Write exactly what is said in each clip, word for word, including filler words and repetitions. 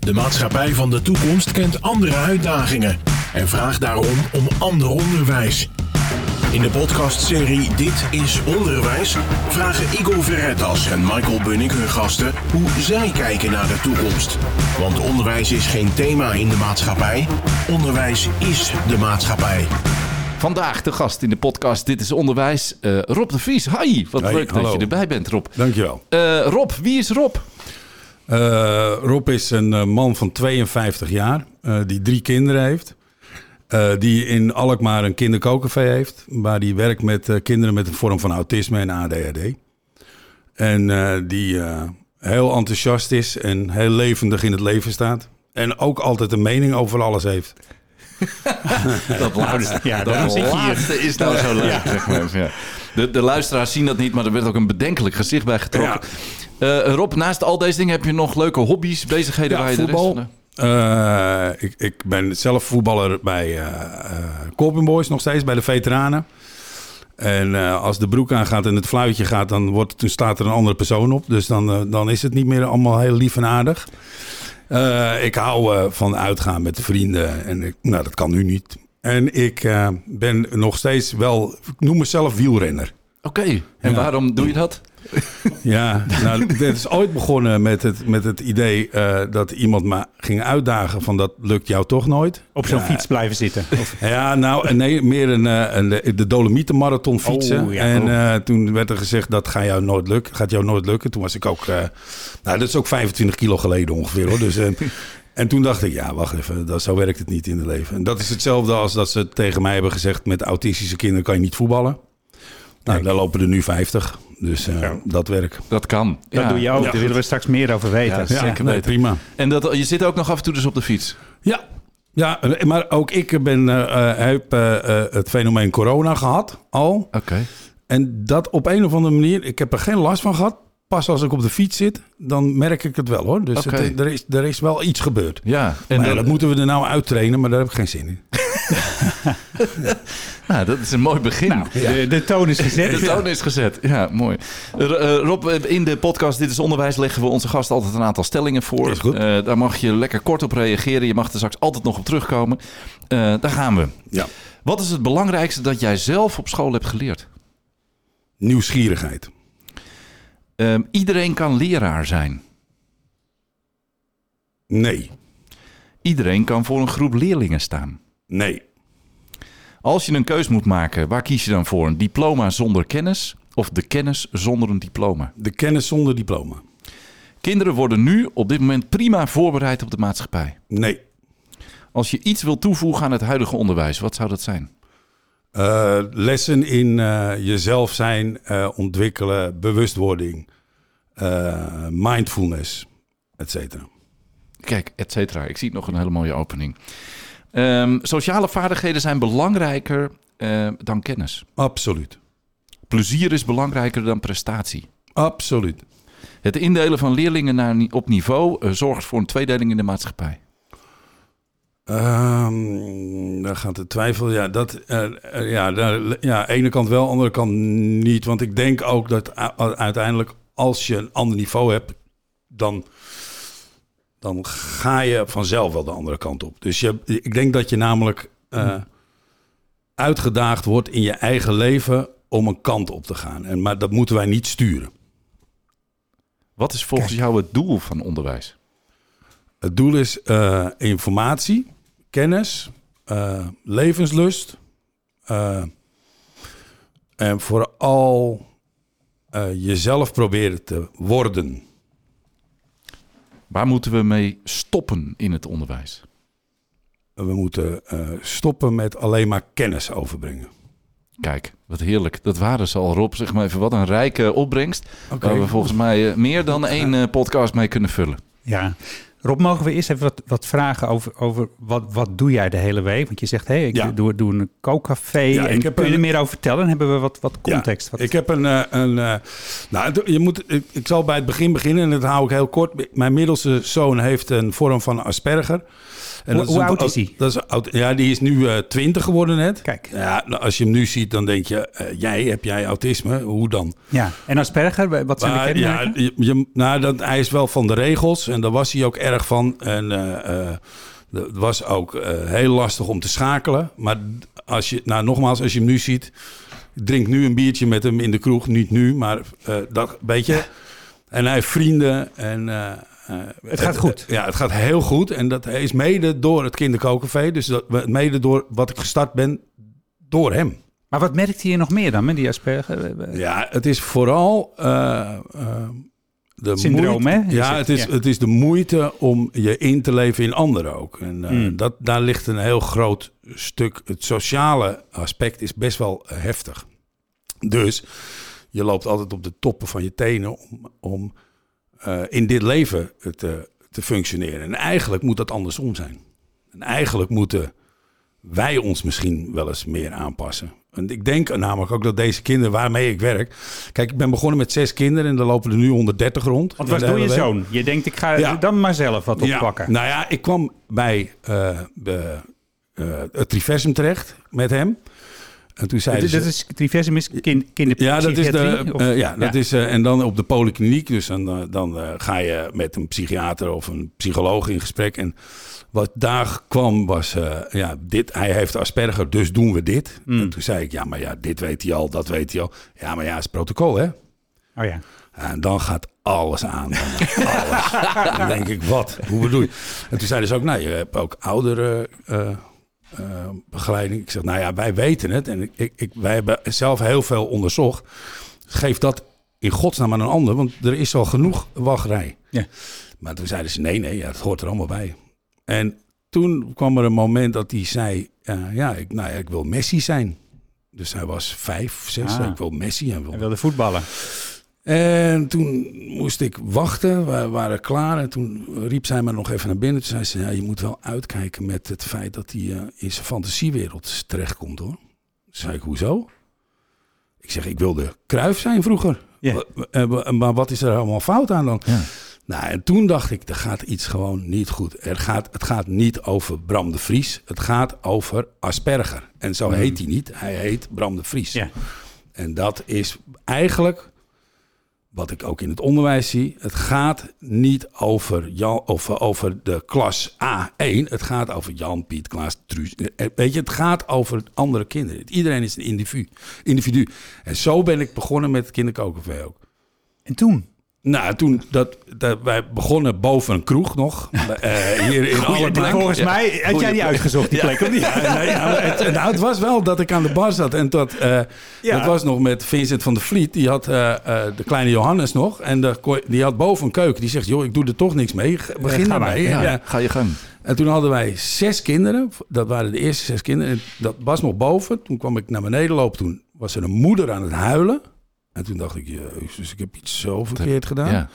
De maatschappij van de toekomst kent andere uitdagingen en vraagt daarom om ander onderwijs. In de podcastserie Dit is Onderwijs vragen Igor Verretas en Michael Bunnik hun gasten hoe zij kijken naar de toekomst. Want onderwijs is geen thema in de maatschappij, onderwijs is de maatschappij. Vandaag de gast in de podcast Dit is Onderwijs, uh, Rob de Vries. Hi, wat hey, leuk hallo. dat je erbij bent, Rob. Dankjewel. Uh, Rob, wie is Rob? Uh, Rob is een uh, man van tweeënvijftig jaar uh, die drie kinderen heeft. Uh, die in Alkmaar een kinderkookcafé heeft. Waar hij werkt met uh, kinderen met een vorm van autisme en A D H D. En uh, die uh, heel enthousiast is en heel levendig in het leven staat. En ook altijd een mening over alles heeft. Dat laatste, ja, dat laatste is nou zo leuk. Ja. Zeg maar. Ja. De, de luisteraars zien dat niet, maar er werd ook een bedenkelijk gezicht bij getrokken. Ja. Uh, Rob, naast al deze dingen heb je nog leuke hobby's, bezigheden Ja, waar je voetbal. de rest van de... Uh, ik, ik ben zelf voetballer bij uh, uh, Colpin Boys nog steeds, bij de veteranen. En uh, als de broek aangaat en het fluitje gaat, dan, wordt, dan staat er een andere persoon op. Dus dan, uh, dan is het niet meer allemaal heel lief en aardig. Uh, ik hou uh, van uitgaan met vrienden. En ik, nou, dat kan nu niet. En ik uh, ben nog steeds wel, ik noem mezelf wielrenner. Oké, okay. En ja. Waarom doe je dat? Ja, nou, het is ooit begonnen met het, met het idee uh, dat iemand me ging uitdagen van dat lukt jou toch nooit. Op zo'n ja. fiets blijven zitten. Of... Ja, nou nee, meer een, een, de Dolomieten-marathon fietsen. Oh, ja, en oh. uh, toen werd er gezegd dat gaat jou nooit lukken. Gaat jou nooit lukken. Toen was ik ook, uh, nou dat is ook vijfentwintig kilo geleden ongeveer hoor. Dus, uh, en toen dacht ik, ja wacht even, dat, zo werkt het niet in het leven. En dat is hetzelfde als dat ze tegen mij hebben gezegd, met autistische kinderen kan je niet voetballen. Nou, daar lopen er nu vijftig. Dus uh, ja. dat werkt. Dat kan. Dat ja. doe je ook. Ja. Daar willen we straks meer over weten. Ja, zeker ja, weten. nee, prima. En dat, je zit ook nog af en toe dus op de fiets? Ja, ja maar ook ik ben, uh, heb uh, uh, het fenomeen corona gehad al. Oké. Okay. En dat op een of andere manier, ik heb er geen last van gehad. Pas als ik op de fiets zit, dan merk ik het wel hoor. Dus okay. het, er, is, er is wel iets gebeurd. Ja, en maar dan... ja, dat moeten we er nou uittrainen, maar daar heb ik geen zin in. Nou, dat is een mooi begin. Nou, ja. de, de toon is gezet. De toon is gezet, ja, mooi. Uh, Rob, in de podcast Dit is Onderwijs leggen we onze gast altijd een aantal stellingen voor. Is goed. Uh, daar mag je lekker kort op reageren. Je mag er straks altijd nog op terugkomen. Uh, daar gaan we. Ja. Wat is het belangrijkste dat jij zelf op school hebt geleerd? Nieuwsgierigheid. Uh, iedereen kan leraar zijn. Nee. Iedereen kan voor een groep leerlingen staan. Nee. Als je een keus moet maken, waar kies je dan voor? Een diploma zonder kennis of de kennis zonder een diploma? De kennis zonder diploma. Kinderen worden nu op dit moment prima voorbereid op de maatschappij. Nee. Als je iets wil toevoegen aan het huidige onderwijs, wat zou dat zijn? Uh, lessen in uh, jezelf zijn, uh, ontwikkelen, bewustwording, uh, mindfulness, et cetera. Kijk, et cetera. Ik zie nog een hele mooie opening. Um, sociale vaardigheden zijn belangrijker uh, dan kennis. Absoluut. Plezier is belangrijker dan prestatie. Absoluut. Het indelen van leerlingen naar, op niveau uh, zorgt voor een tweedeling in de maatschappij. Um, daar gaat de twijfel. Ja, dat, uh, uh, ja, daar, ja, ene kant wel, andere kant niet. Want ik denk ook dat uh, uiteindelijk als je een ander niveau hebt, dan, dan ga je vanzelf wel de andere kant op. Dus je, ik denk dat je namelijk uh, uitgedaagd wordt in je eigen leven om een kant op te gaan. En, maar dat moeten wij niet sturen. Wat is volgens Kijk. jou het doel van onderwijs? Het doel is uh, informatie, kennis, uh, levenslust. Uh, en vooral uh, jezelf proberen te worden. Waar moeten we mee stoppen in het onderwijs? We moeten uh, stoppen met alleen maar kennis overbrengen. Kijk, wat heerlijk. Dat waren ze al, Rob. Zeg maar even, wat een rijke opbrengst. Okay. Waar we volgens mij uh, meer dan één uh, podcast mee kunnen vullen. Ja. Rob, mogen we eerst even wat, wat vragen over, over wat, wat doe jij de hele week? Want je zegt, hé, hey, ik ja. doe, doe een kookcafé. Ja, en kun je er een... meer over vertellen? Dan hebben we wat, wat context. Ja, wat... Ik heb een... Uh, een uh, nou, je moet, ik, ik zal bij het begin beginnen en dat hou ik heel kort. Mijn middelste zoon heeft een vorm van Asperger. En hoe dat hoe is oud een, is hij? Dat is oud, ja, die is nu uh, twintig geworden net. Kijk. Ja, nou, als je hem nu ziet, dan denk je, uh, jij, heb jij autisme? Hoe dan? Ja, en Asperger, wat zijn maar, de kenmerken? Ja, je, je, nou, dat, hij is wel van de regels en daar was hij ook erg erg van. En uh, uh, het was ook uh, heel lastig om te schakelen. Maar als je, nou, nogmaals, als je hem nu ziet... drink nu een biertje met hem in de kroeg. Niet nu, maar uh, dat, weet je... En hij heeft vrienden en... Uh, uh, het gaat goed. Ja, het gaat heel goed. En dat is mede door het kinderkookcafé. Dus dat, mede door wat ik gestart ben, door hem. Maar wat merkt hij nog meer dan met die Asperger? Ja, het is vooral... Uh, uh, de syndroom, moeite, hè? Ja, het is, ja, het is de moeite om je in te leven in anderen ook. En uh, mm. dat, daar ligt een heel groot stuk. Het sociale aspect is best wel uh, heftig. Dus je loopt altijd op de toppen van je tenen om, om uh, in dit leven te, te functioneren. En eigenlijk moet dat andersom zijn. En eigenlijk moeten wij ons misschien wel eens meer aanpassen. En ik denk namelijk ook dat deze kinderen waarmee ik werk... Kijk, ik ben begonnen met zes kinderen en er lopen er nu honderddertig rond. Want wat doe je zoon? Je denkt, ik ga ja. dan maar zelf wat oppakken. Ja. Nou ja, ik kwam bij uh, de, uh, het Triversum terecht met hem. En toen zei dat, ze, dat is Triversum is kind, kinderpsychiatrie? Ja, dat is de, uh, ja, dat ja. is uh, en dan op de polykliniek. Dus dan, uh, dan uh, ga je met een psychiater of een psycholoog in gesprek. En wat daar kwam was, uh, ja, dit, hij heeft Asperger, dus doen we dit. Mm. En toen zei ik, ja, maar ja, dit weet hij al, dat weet hij al. Ja, maar ja, het is protocol, hè? Oh ja. En dan gaat alles aan. Dan, alles. Dan denk ik, wat? Hoe bedoel je? En toen zeiden ze ook, nou, je hebt ook oudere... Uh, Uh, begeleiding. Ik zeg, nou ja, wij weten het. En ik, ik, wij hebben zelf heel veel onderzocht. Geef dat in godsnaam aan een ander, want er is al genoeg wachtrij. Ja. Maar toen zeiden ze, nee, nee, ja, het hoort er allemaal bij. En toen kwam er een moment dat hij zei, uh, ja, ik, nou ja, ik wil Messi zijn. Dus hij was vijf, zes, ah. ik wil Messi. Hij, wil... hij wilde voetballen. En toen moest ik wachten, we waren klaar. En toen riep zij me nog even naar binnen. Toen zei ze, ja, je moet wel uitkijken met het feit dat hij uh, in zijn fantasiewereld terechtkomt, hoor. Toen zei ik, hoezo? Ik zeg, ik wilde Cruijff zijn vroeger. Yeah. Uh, maar wat is er allemaal fout aan dan? Ja. Nou, en toen dacht ik, er gaat iets gewoon niet goed. Er gaat, het gaat niet over Bram de Vries. Het gaat over Asperger. En zo mm. heet hij niet. Hij heet Bram de Vries. Ja. En dat is eigenlijk... wat ik ook in het onderwijs zie, het gaat niet over, Jan, of over de klas A één. Het gaat over Jan, Piet, Klaas, Truus. Weet je, het gaat over andere kinderen. Iedereen is een individu. individu. En zo ben ik begonnen met het kinderkookcafé ook. En toen? Nou, toen dat, dat wij begonnen boven een kroeg nog. Uh, hier in alle plek. Volgens ja. mij had Goeie jij die uitgezocht, die plek. Ja. Ja, nee, ja, het, nou, het was wel dat ik aan de bar zat. En dat, uh, ja. dat was nog met Vincent van der Vliet. Die had uh, uh, de kleine Johannes nog. En de, die had boven een keuken. Die zegt, joh, ik doe er toch niks mee. Begin daarmee. Ja, ja. Ga je gang. En toen hadden wij zes kinderen. Dat waren de eerste zes kinderen. En dat was nog boven. Toen kwam ik naar beneden lopen. Toen was er een moeder aan het huilen. En toen dacht ik, jezus, ik heb iets zo verkeerd gedaan. Ja.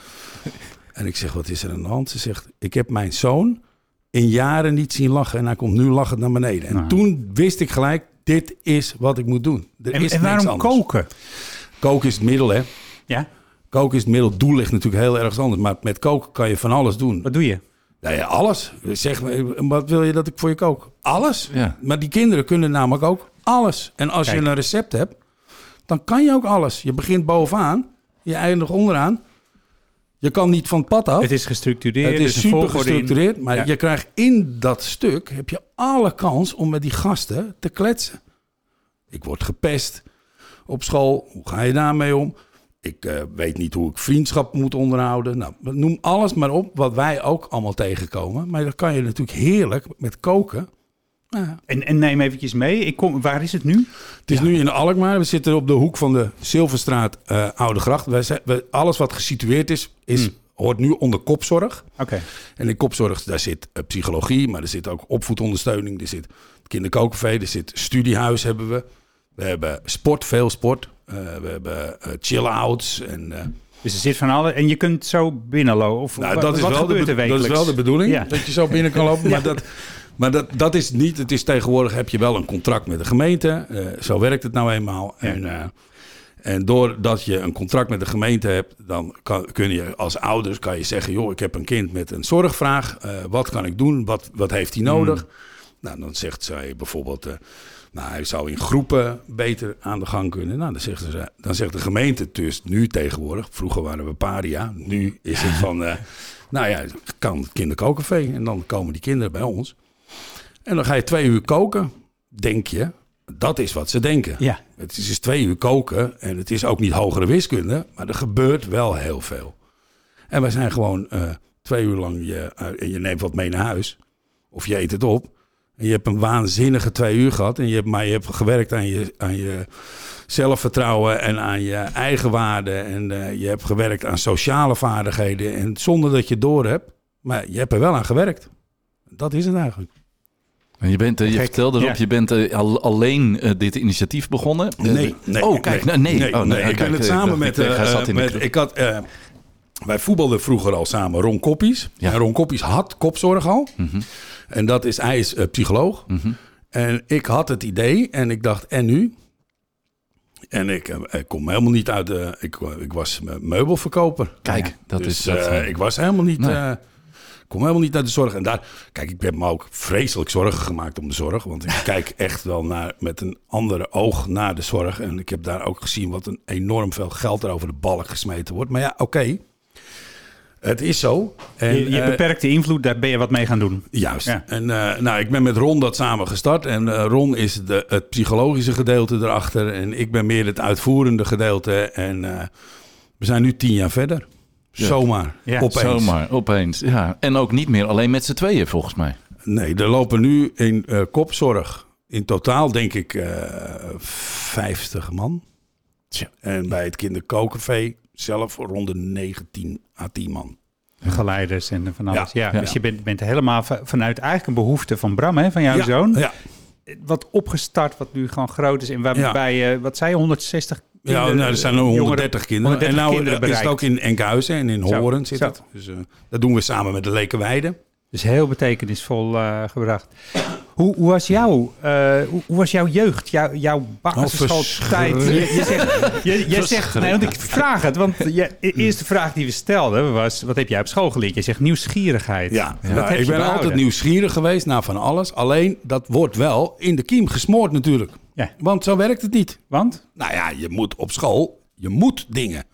En ik zeg, wat is er aan de hand? Ze zegt, ik heb mijn zoon in jaren niet zien lachen. En hij komt nu lachend naar beneden. En nou. toen wist ik gelijk, dit is wat ik moet doen. Er en is en waarom anders. koken? Koken is het middel, hè? Ja. Koken is het middel. Het doel ligt natuurlijk heel erg anders. Maar met koken kan je van alles doen. Wat doe je? Nou ja, alles. Zeg, wat wil je dat ik voor je kook? Alles. Ja. Maar die kinderen kunnen namelijk ook alles. En als Kijk. je een recept hebt, dan kan je ook alles. Je begint bovenaan, je eindigt onderaan. Je kan niet van het pad af. Het is gestructureerd. Het is super gestructureerd. Maar ja. je krijgt in dat stuk, heb je alle kans om met die gasten te kletsen. Ik word gepest op school. Hoe ga je daarmee om? Ik uh, weet niet hoe ik vriendschap moet onderhouden. Nou, noem alles maar op wat wij ook allemaal tegenkomen. Maar dat kan je natuurlijk heerlijk met koken. Ja. En, en neem eventjes mee. Ik kom, waar is het nu? Het is ja. nu in Alkmaar. We zitten op de hoek van de Zilverstraat, uh, Oude Gracht. Wij zijn, wij, alles wat gesitueerd is, is hmm. hoort nu onder kopzorg. Okay. En in kopzorg, daar zit uh, psychologie, maar er zit ook opvoedondersteuning. Er zit het kinderkookcafé, er zit studiehuis hebben we. We hebben sport, veel sport. Uh, we hebben uh, chill-outs en... Uh, Dus er zit van alles en je kunt zo binnenlopen. Of nou, wat, dat is wat wel gebeurt de, er wekelijks? Dat is wel de bedoeling, ja. dat je zo binnen kan lopen. ja. Maar, dat, maar dat, dat is niet. Het is tegenwoordig heb je wel een contract met de gemeente. Uh, zo werkt het nou eenmaal. Ja. En, uh, en doordat je een contract met de gemeente hebt, dan kan, kun je als ouders kan je zeggen, joh, ik heb een kind met een zorgvraag. Uh, wat kan ik doen? Wat, wat heeft hij nodig? Hmm. Nou, dan zegt zij bijvoorbeeld... Uh, Nou, hij zou in groepen beter aan de gang kunnen. Nou, dan zegt, ze, dan zegt de gemeente dus nu tegenwoordig... Vroeger waren we paria. Nu is het van... Uh, Nou ja, kan het kinderkookcafé. En dan komen die kinderen bij ons. En dan ga je twee uur koken, denk je. Dat is wat ze denken. Ja. Het is dus twee uur koken en het is ook niet hogere wiskunde, maar er gebeurt wel heel veel. En wij zijn gewoon uh, twee uur lang, je, uh, je neemt wat mee naar huis of je eet het op. En je hebt een waanzinnige twee uur gehad, en je hebt, maar je hebt gewerkt aan je, aan je zelfvertrouwen en aan je eigenwaarde. En uh, je hebt gewerkt aan sociale vaardigheden en zonder dat je het door hebt, maar je hebt er wel aan gewerkt. Dat is het eigenlijk. Je, bent, uh, je vertelde erop, ja. je bent uh, al, alleen uh, dit initiatief begonnen. Nee, nee. Oh, kijk. Nee, nee. nee, oh, nee. nee. Ik ben het samen met... Uh, uh, met ik had, uh, wij voetbalden vroeger al samen Ron Koppies. Ja. En Ron Koppies had kopzorg al. Mm-hmm. En dat is, hij is uh, psycholoog. Mm-hmm. En ik had het idee en ik dacht, en nu? En ik, uh, ik kom helemaal niet uit de... Ik, uh, ik was meubelverkoper. Kijk, ja. dat dus, is... Dat, uh, ik was helemaal niet... Nee. Uh, Ik kom helemaal niet naar de zorg. En daar, kijk, ik heb me ook vreselijk zorgen gemaakt om de zorg. Want ik kijk echt wel naar, met een andere oog naar de zorg. En ik heb daar ook gezien wat een enorm veel geld er over de balk gesmeten wordt. Maar ja, oké. Okay. Het is zo. En, je je uh, beperkte invloed, daar ben je wat mee gaan doen. Juist. Ja. En uh, nou, ik ben met Ron dat samen gestart. En uh, Ron is de, het psychologische gedeelte erachter. En ik ben meer het uitvoerende gedeelte. En uh, we zijn nu tien jaar verder. Ja. Zomaar, ja. opeens. Zomaar, opeens, ja. En ook niet meer alleen met z'n tweeën, volgens mij. Nee, er lopen nu in uh, kopzorg in totaal, denk ik, uh, vijftig man. Tja. En bij het kinderkookcafé zelf rond de negentien à tien man. Geleiders en van alles. Ja, ja. Ja. Dus je bent, bent helemaal vanuit eigenlijk een behoefte van Bram, hè, van jouw ja. zoon. Ja. Wat opgestart, wat nu gewoon groot is. En waarbij je, ja. wat zei je, honderdzestig kinderen, ja, nou, er zijn er honderddertig kinderen. honderddertig en nou kinderen is het ook in Enkhuizen en in Horen zit zo. het. Dus uh, dat doen we samen met de Lekenweide. Dus heel betekenisvol uh, gebracht. Hoe, hoe, was jouw, uh, hoe, hoe was jouw jeugd, jouw, jouw basisschooltijd? Oh, je, je zegt, je, je zegt nee, want ik vraag het, want de eerste vraag die we stelden was: wat heb jij op school geleerd? Je zegt nieuwsgierigheid. Ja, ja. Nou, ik ben behouden? altijd nieuwsgierig geweest naar van alles. Alleen dat wordt wel in de kiem gesmoord natuurlijk. Ja. Want zo werkt het niet. Want? Nou ja, je moet op school, je moet dingen.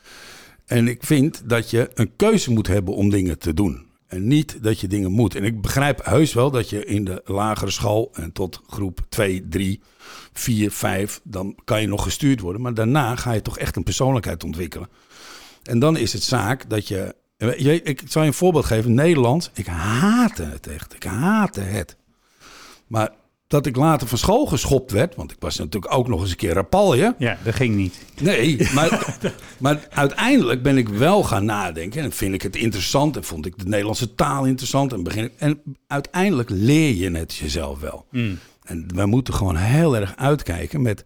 En ik vind dat je een keuze moet hebben om dingen te doen. En niet dat je dingen moet. En ik begrijp heus wel dat je in de lagere school en tot groep twee, drie, vier, vijf... dan kan je nog gestuurd worden. Maar daarna ga je toch echt een persoonlijkheid ontwikkelen. En dan is het zaak dat je... Ik zal je een voorbeeld geven. Nederlands, ik haatte het echt. Ik haatte het. Maar dat ik later van school geschopt werd... want ik was natuurlijk ook nog eens een keer rapalje. Ja, dat ging niet. Nee, maar, maar uiteindelijk ben ik wel gaan nadenken... en vind ik het interessant en vond ik de Nederlandse taal interessant... en, begin, en uiteindelijk leer je het jezelf wel. Mm. En wij moeten gewoon heel erg uitkijken met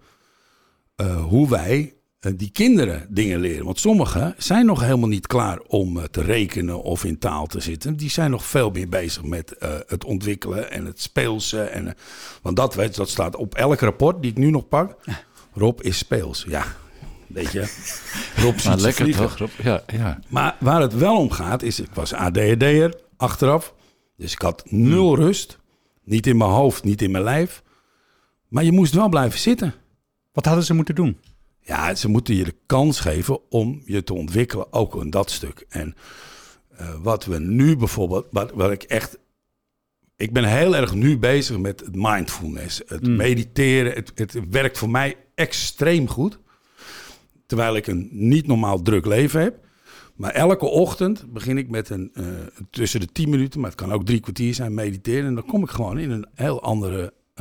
uh, hoe wij... die kinderen dingen leren. Want sommigen zijn nog helemaal niet klaar om uh, te rekenen of in taal te zitten. Die zijn nog veel meer bezig met uh, het ontwikkelen en het speelse. En, uh, want dat, weet, dat staat op elk rapport die ik nu nog pak. Rob is speels. Ja, weet je. Rob ziet lekker vliegen. Toch, Rob? Ja, ja. Maar waar het wel om gaat is, ik was A D H D'er achteraf. Dus ik had nul hmm. rust. Niet in mijn hoofd, niet in mijn lijf. Maar je moest wel blijven zitten. Wat hadden ze moeten doen? Ja, ze moeten je de kans geven om je te ontwikkelen, ook in dat stuk. En uh, wat we nu bijvoorbeeld, wat, wat ik echt... Ik ben heel erg nu bezig met het mindfulness. Het mm. mediteren, het, het werkt voor mij extreem goed. Terwijl ik een niet normaal druk leven heb. Maar elke ochtend begin ik met een uh, tussen de tien minuten, maar het kan ook drie kwartier zijn, mediteren. En dan kom ik gewoon in een heel andere uh,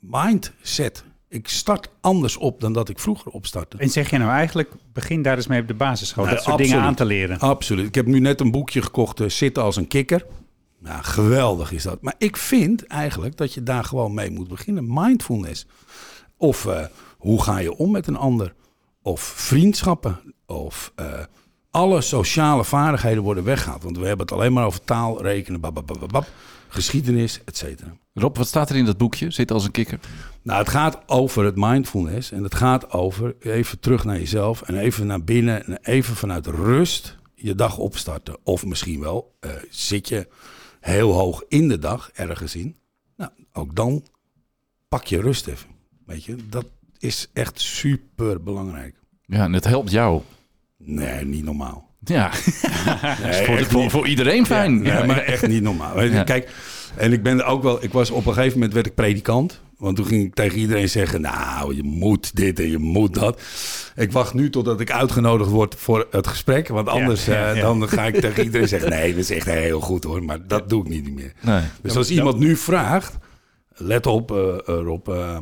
mindset. Ik start anders op dan dat ik vroeger opstartte. En zeg je nou eigenlijk, begin daar eens mee op de basisschool. Nou, dat soort absoluut, dingen aan te leren. Absoluut. Ik heb nu net een boekje gekocht, uh, Zitten als een kikker. Nou, geweldig is dat. Maar ik vind eigenlijk dat je daar gewoon mee moet beginnen. Mindfulness. Of uh, hoe ga je om met een ander? Of vriendschappen. Of uh, alle sociale vaardigheden worden weggehaald. Want we hebben het alleen maar over taal, rekenen, babababab, geschiedenis, et cetera. Rob, wat staat er in dat boekje? Zit als een kikker? Nou, het gaat over het mindfulness. En het gaat over even terug naar jezelf. En even naar binnen. En even vanuit rust je dag opstarten. Of misschien wel uh, zit je heel hoog in de dag ergens in. Nou, ook dan pak je rust even. Weet je, dat is echt super belangrijk. Ja, en het helpt jou. Nee, niet normaal. Ja, Nee, voor, de, voor, voor iedereen fijn. Ja, nee, maar echt niet normaal. Ja. Kijk, en ik ben er ook wel... Ik was op een gegeven moment werd ik predikant. Want toen ging ik tegen iedereen zeggen... Nou, je moet dit en je moet dat. Ik wacht nu totdat ik uitgenodigd word voor het gesprek. Want anders Ja, ja, ja. Uh, dan ga ik tegen iedereen zeggen... Nee, dat is echt heel goed hoor. Maar dat doe ik niet meer. Nee. Dus als iemand nu vraagt... Let op, uh, Rob... Uh,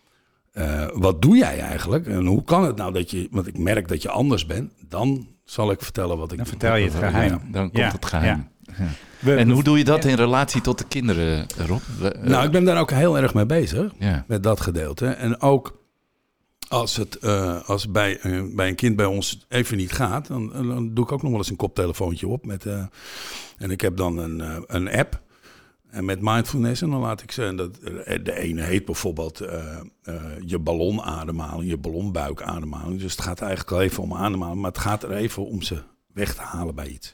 uh, wat doe jij eigenlijk? En hoe kan het nou dat je... Want ik merk dat je anders bent. Dan zal ik vertellen wat ik Dan doe. vertel je het geheim. Ja, dan komt Ja, het geheim. Ja. We- En we- hoe doe je dat ja. in relatie tot de kinderen, Rob? We- uh, Nou, ik ben daar ook heel erg mee bezig. ja. Met dat gedeelte. En ook als het uh, als bij, uh, bij een kind bij ons even niet gaat... Dan, dan doe ik ook nog wel eens een koptelefoontje op. Met, uh, en ik heb dan een, uh, een app... En met mindfulness, en dan laat ik ze... En dat, de ene heet bijvoorbeeld uh, uh, je ballonademhaling, je ballonbuikademhaling. Dus het gaat eigenlijk al even om ademhalen, maar het gaat er even om ze weg te halen bij iets.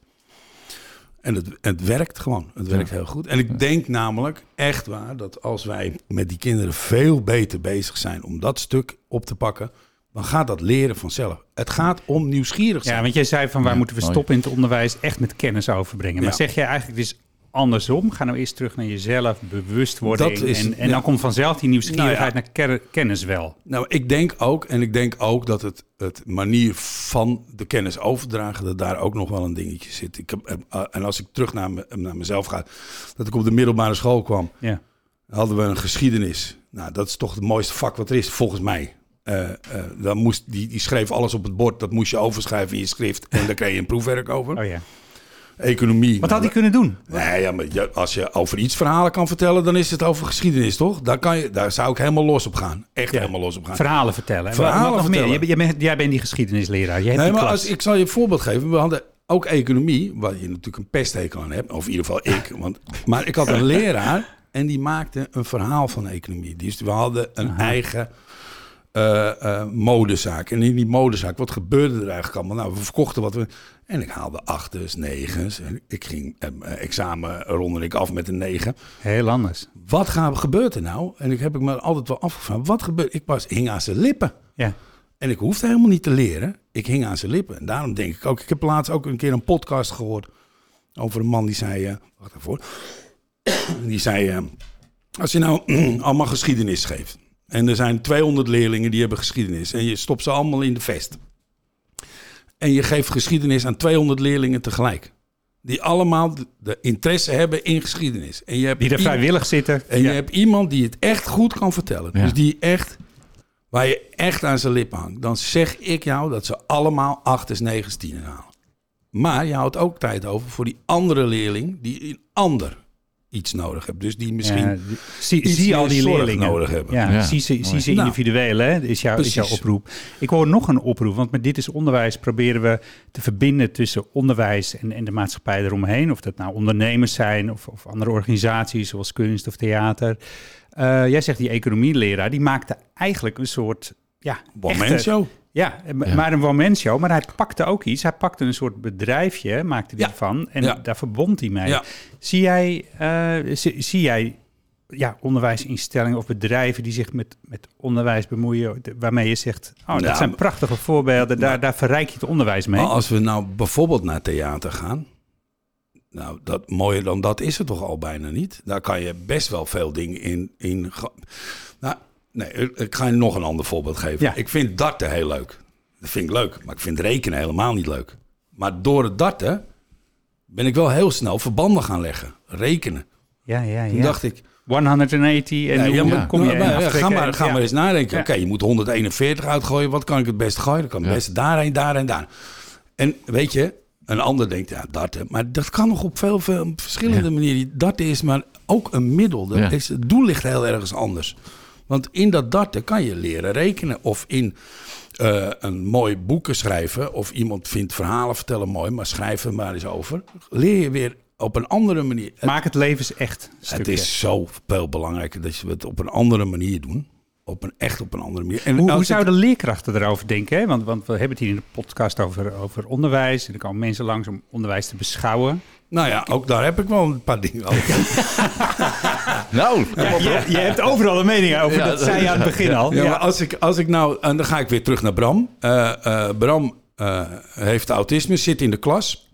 En het, het werkt gewoon, het werkt Ja. heel goed. En ik denk namelijk echt waar dat als wij met die kinderen veel beter bezig zijn om dat stuk op te pakken, dan gaat dat leren vanzelf. Het gaat om nieuwsgierig zijn. Ja, want jij zei van waar Ja, moeten we mooi. stoppen in het onderwijs, echt met kennis overbrengen. Maar Ja. zeg jij eigenlijk dus andersom? Ga nou eerst terug naar jezelf, bewustwording. Dat is- en en ja. dan komt vanzelf die nieuwsgierigheid Nou naar ker- kennis wel. Nou, ik denk ook, en ik denk ook dat het, het manier van de kennis overdragen, dat daar ook nog wel een dingetje zit. Ik heb, uh, en als ik terug naar, me, naar mezelf ga, dat ik op de middelbare school kwam, Ja. hadden we een geschiedenis. Nou, dat is toch het mooiste vak wat er is, volgens mij. Uh, uh, dan moest, die, die schreef alles op het bord, dat moest je overschrijven in je schrift en daar kreeg je een proefwerk over. Oh ja. Economie. Wat nou, had hij kunnen doen? Nee, ja, maar ja, als je over iets verhalen kan vertellen, dan is het over geschiedenis, toch? Daar, kan je, daar zou ik helemaal los op gaan. Echt Ja. helemaal los op gaan. Verhalen vertellen. En Verhalen wat nog meer? vertellen. Jij, jij bent, jij bent die geschiedenisleraar. Jij hebt Nee, die maar klas. als, ik zal je een voorbeeld geven. We hadden ook economie, waar je natuurlijk een pesthekel aan hebt. Of in ieder geval ik. Want, maar ik had een leraar en die maakte een verhaal van economie. Dus we hadden een Aha. eigen uh, uh, modezaak. En in die modezaak, wat gebeurde er eigenlijk allemaal? Nou, we verkochten wat we... En ik haalde achters, negens. En ik ging uh, examen ronde ik af met een negen. Heel anders. Wat gaat, gebeurt er nou? En ik heb ik me altijd wel afgevraagd. Wat gebeurt? Ik was, hing aan zijn lippen. Ja. En ik hoefde helemaal niet te leren. Ik hing aan zijn lippen. En daarom denk ik ook... Ik heb laatst ook een keer een podcast gehoord... over een man die zei... Uh, wacht even. Die zei... Uh, als je nou allemaal geschiedenis geeft... en er zijn tweehonderd leerlingen die hebben geschiedenis... en je stopt ze allemaal in de vest... en je geeft geschiedenis aan tweehonderd leerlingen tegelijk... die allemaal de, de interesse hebben in geschiedenis. En je hebt Die er i- vrijwillig zitten. En Ja. je hebt iemand die het echt goed kan vertellen. Ja. Dus die echt... Waar je echt aan zijn lippen hangt. Dan zeg ik jou dat ze allemaal achters, negens, tienen halen. Maar je houdt ook tijd over voor die andere leerling... die een ander iets nodig heeft. Dus die misschien... Ja, die- zie, iets zie al meer die zorg leerlingen nodig hebben. Ja, Ja, zie ze, zie mooi. ze Nou, individueel, hè? Is, jouw, is jouw precies. oproep. Ik hoor nog een oproep, want met Dit is Onderwijs proberen we te verbinden tussen onderwijs en, en de maatschappij eromheen. Of dat nou ondernemers zijn of, of andere organisaties zoals kunst of theater. Uh, jij zegt die economieleraar, die maakte eigenlijk een soort... Ja, One-man echte- show. Ja, m- Ja. maar een one-man show. Maar hij pakte ook iets. Hij pakte een soort bedrijfje, maakte hij Ja. van. En Ja. daar verbond hij mee. Ja. Zie jij, uh, zie, zie jij ja, onderwijsinstellingen of bedrijven die zich met, met onderwijs bemoeien... de- waarmee je zegt, oh, dat Ja, zijn maar- prachtige voorbeelden. Daar, maar- daar verrijk je het onderwijs mee. Maar als we nou bijvoorbeeld naar theater gaan... Nou, dat, mooier dan dat is het toch al bijna niet. Daar kan je best wel veel dingen in... in ge- nou, nee, ik ga je nog een ander voorbeeld geven. Ja. Ik vind darten heel leuk. Dat vind ik leuk. Maar ik vind rekenen helemaal niet leuk. Maar door het darten ben ik wel heel snel verbanden gaan leggen. Rekenen. Ja, ja, Toen ja. dacht ik... honderdtachtig en Nee, hoe ja, maar, kom je maar- maar- in ja, ga aftrekken? maar, ga Ja. maar eens nadenken. Ja. Oké, je moet honderdeenenveertig uitgooien. Wat kan ik het beste gooien? Dan kan ik het Ja. beste daarheen, daar en daar. En weet je, een ander denkt, ja, darten. Maar dat kan nog op veel, veel verschillende Ja. manieren. Darten is maar ook een middel. Dat Ja. is, het doel ligt heel ergens anders. Want in dat darten kan je leren rekenen. Of in uh, een mooi boeken schrijven. Of iemand vindt verhalen vertellen mooi, maar schrijf er maar eens over. Leer je weer op een andere manier. Het- Maak het levensecht. het stukje. is zo veel belangrijker dat je het op een andere manier doen. Op een, echt op een andere manier. En Hoe, als hoe ik- zouden leerkrachten erover denken? Hè? Want, want we hebben het hier in de podcast over, over onderwijs. En er komen mensen langs om onderwijs te beschouwen. Nou ja, ook daar heb ik wel een paar dingen over. Nou, Ja, je, je hebt overal een mening over. Ja, dat zei je aan het begin al. Ja, Ja. maar als ik, als ik nou... En dan ga ik weer terug naar Bram. Uh, uh, Bram uh, heeft autisme, zit in de klas.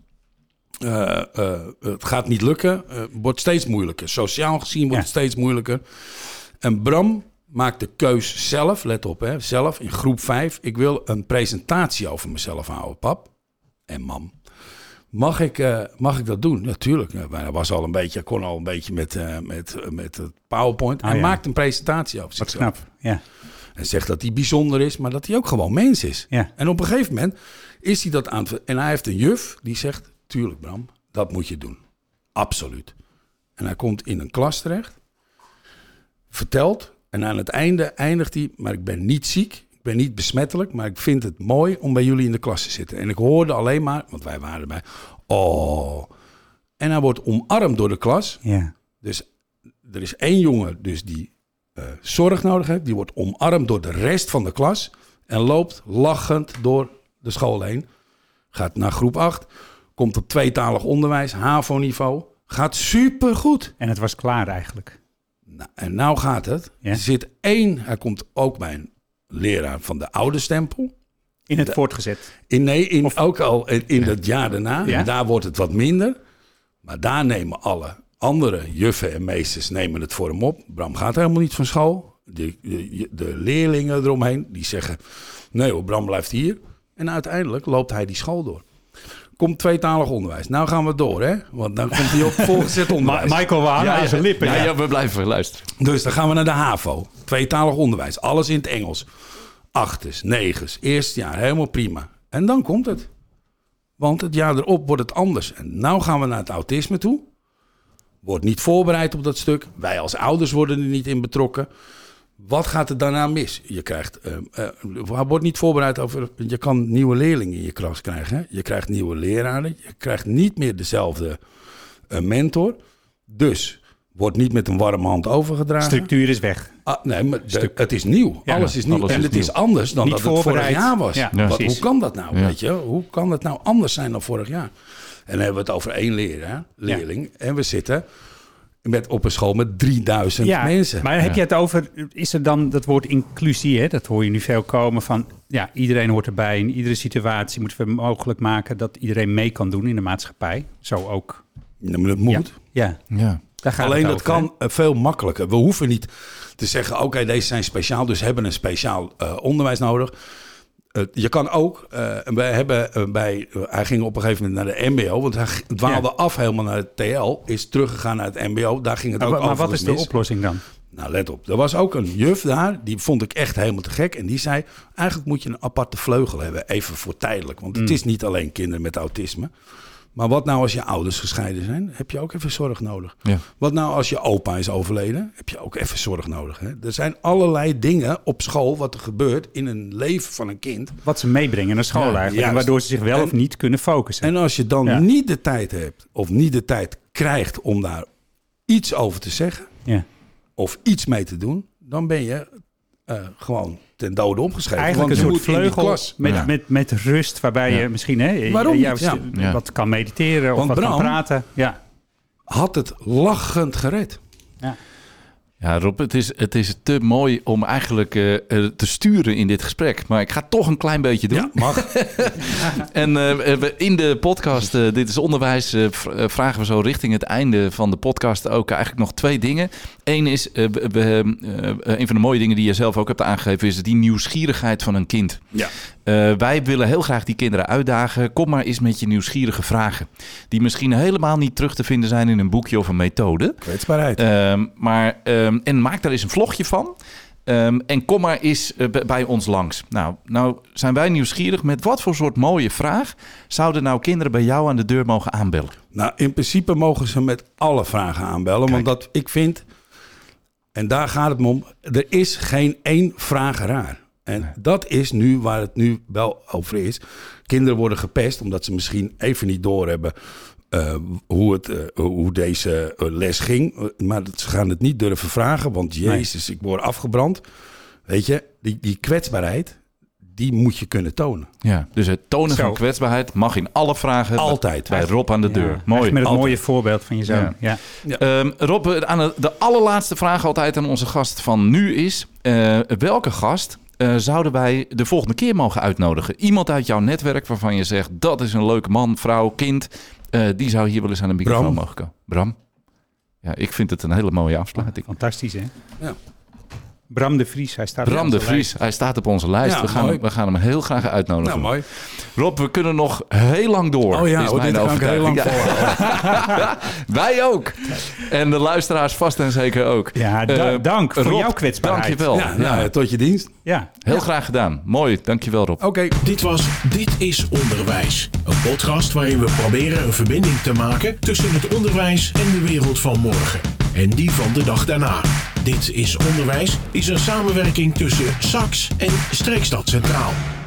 Uh, uh, het gaat niet lukken, uh, wordt steeds moeilijker. Sociaal gezien wordt ja. het steeds moeilijker. En Bram maakt de keus zelf, let op hè, zelf in groep vijf. Ik wil een presentatie over mezelf houden, pap en mam. Mag ik, uh, mag ik dat doen? Natuurlijk. Ja, hij was al een beetje, kon al een beetje met, uh, met, uh, met het PowerPoint. Hij oh, ja. maakt een presentatie over zichzelf. Wat knap, ja. En zegt dat hij bijzonder is, maar dat hij ook gewoon mens is. Ja. En op een gegeven moment is hij dat aan het... En hij heeft een juf die zegt, tuurlijk Bram, dat moet je doen. Absoluut. En hij komt in een klas terecht, vertelt... En aan het einde eindigt hij, maar ik ben niet ziek, ik ben niet besmettelijk, maar ik vind het mooi om bij jullie in de klas te zitten. En ik hoorde alleen maar, want wij waren erbij, oh. En hij wordt omarmd door de klas. Ja. Dus er is één jongen dus die uh, zorg nodig heeft, die wordt omarmd door de rest van de klas en loopt lachend door de school heen. Gaat naar groep acht, komt op tweetalig onderwijs, HAVO-niveau, gaat supergoed. En het was klaar eigenlijk. Nou, en nou gaat het. Ja? Er zit één, hij komt ook bij een leraar van de oude stempel. In het de, voortgezet? In, nee, in, of, ook al in, in ja. het jaar daarna. Ja? Daar wordt het wat minder. Maar daar nemen alle andere juffen en meesters nemen het voor hem op. Bram gaat helemaal niet van school. De, de, de leerlingen eromheen, die zeggen... Nee hoor, Bram blijft hier. En uiteindelijk loopt hij die school door. Komt tweetalig onderwijs. Nou gaan we door, hè? Want dan komt hij op voortgezet onderwijs. Michael Waan ja, aan ja, zijn lippen. Ja, Ja, ja, we blijven luisteren. Dus dan gaan we naar de HAVO. Tweetalig onderwijs. Alles in het Engels. Achters, negens, eerste jaar. Helemaal prima. En dan komt het. Want het jaar erop wordt het anders. En nou gaan we naar het autisme toe. Wordt niet voorbereid op dat stuk. Wij als ouders worden er niet in betrokken. Wat gaat er daarna mis? Je krijgt, uh, uh, wordt niet voorbereid over... Je kan nieuwe leerlingen in je klas krijgen. Hè? Je krijgt nieuwe leraren. Je krijgt niet meer dezelfde uh, mentor. Dus wordt niet met een warme hand overgedragen. Structuur is weg. Ah, nee, maar de, het is nieuw. Ja, alles is nieuw. Alles en is het nieuw. is anders dan niet dat het vorig jaar was. Ja, ja, Wat, hoe kan dat nou? Ja. Weet je? Hoe kan het nou anders zijn dan vorig jaar? En dan hebben we het over één leraar, leerling. Ja. En we zitten... Met, op een school met drieduizend ja, mensen. Maar heb ja. je het over, is er dan dat woord inclusie, hè? Dat hoor je nu veel komen van, ja, iedereen hoort erbij. In iedere situatie moeten we mogelijk maken dat iedereen mee kan doen in de maatschappij. Zo ook. Ja, maar dat moet. Ja, ja. Ja. Daar gaat Alleen het dat over, kan hè? veel makkelijker. We hoeven niet te zeggen, oké, okay, deze zijn speciaal, dus hebben een speciaal uh, onderwijs nodig. Uh, je kan ook, uh, wij hebben uh, bij, uh, hij ging op een gegeven moment naar de M B O, want hij dwaalde ja. af helemaal naar het T L, is teruggegaan naar het M B O, daar ging het maar, ook maar over. Maar wat is de mis. oplossing dan? Nou, let op. Er was ook een juf daar, die vond ik echt helemaal te gek. En die zei, eigenlijk moet je een aparte vleugel hebben, even voor tijdelijk. Want het mm. is niet alleen kinderen met autisme. Maar wat nou als je ouders gescheiden zijn? Heb je ook even zorg nodig. Ja. Wat nou als je opa is overleden? Heb je ook even zorg nodig. Hè? Er zijn allerlei dingen op school wat er gebeurt in een leven van een kind. Wat ze meebrengen naar school ja, eigenlijk. En waardoor ze zich wel en, of niet kunnen focussen. En als je dan ja. niet de tijd hebt of niet de tijd krijgt om daar iets over te zeggen. Ja. Of iets mee te doen. Dan ben je uh, gewoon ten dode opgeschreven. Eigenlijk want een soort vleugel met, ja. met, met rust waarbij ja. je misschien hè, Waarom juist ja. ja. wat kan mediteren of want wat Bram kan praten. Ja. Had het lachend gered. Ja. Ja, Rob, het is, het is te mooi om eigenlijk uh, te sturen in dit gesprek. Maar ik ga toch een klein beetje doen. Ja, mag. En uh, in de podcast, uh, Dit is Onderwijs, uh, vragen we zo richting het einde van de podcast ook eigenlijk nog twee dingen. Eén is, uh, we, uh, een van de mooie dingen die je zelf ook hebt aangegeven, is die nieuwsgierigheid van een kind. Ja. Uh, wij willen heel graag die kinderen uitdagen. Kom maar eens met je nieuwsgierige vragen. Die misschien helemaal niet terug te vinden zijn in een boekje of een methode. Kwetsbaarheid. Uh, maar, um, en maak daar eens een vlogje van. Um, en kom maar eens uh, b- bij ons langs. Nou, nou zijn wij nieuwsgierig met wat voor soort mooie vraag zouden nou kinderen bij jou aan de deur mogen aanbellen? Nou, in principe mogen ze met alle vragen aanbellen. Kijk. Want dat ik vind, en daar gaat het me om, er is geen één vraag raar. En nee. dat is nu waar het nu wel over is. Kinderen worden gepest omdat ze misschien even niet doorhebben uh, hoe, het, uh, hoe deze uh, les ging. Maar ze gaan het niet durven vragen, want jezus, nee. ik word afgebrand. Weet je, die, die kwetsbaarheid, die moet je kunnen tonen. Ja, dus het tonen Zo. van kwetsbaarheid mag in alle vragen. Altijd. Bij Rob aan de deur. Ja, mooi. Met het altijd. mooie voorbeeld van je zoon. Ja. Ja. Ja. Um, Rob, aan de, de allerlaatste vraag altijd aan onze gast van nu is, uh, welke gast uh, zouden wij de volgende keer mogen uitnodigen. Iemand uit jouw netwerk waarvan je zegt, dat is een leuke man, vrouw, kind. Uh, die zou hier wel eens aan de microfoon Bram. mogen komen. Bram? Ja, ik vind het een hele mooie afsluiting. Fantastisch, hè? Ja. Bram de Vries, hij staat Bram op de onze Vries, lijst. hij staat op onze lijst. Ja, we, gaan mooi. hem, we gaan hem heel graag uitnodigen. Nou, mooi. Rob, we kunnen nog heel lang door. Oh ja, is oh, mijn dit kan ik heel lang overtuiging. volhouden. Wij ook. En de luisteraars vast en zeker ook. Ja, da- Uh, dank voor Rob, jouw kwetsbaarheid. Dankjewel. Ja, ja, tot je dienst. Ja. Heel Ja. graag gedaan. Mooi, dankjewel Rob. Oké. Okay. Dit was Dit is Onderwijs. Een podcast waarin we proberen een verbinding te maken tussen het onderwijs en de wereld van morgen. En die van de dag daarna. Dit is Onderwijs is een samenwerking tussen S A X en Streekstad Centraal.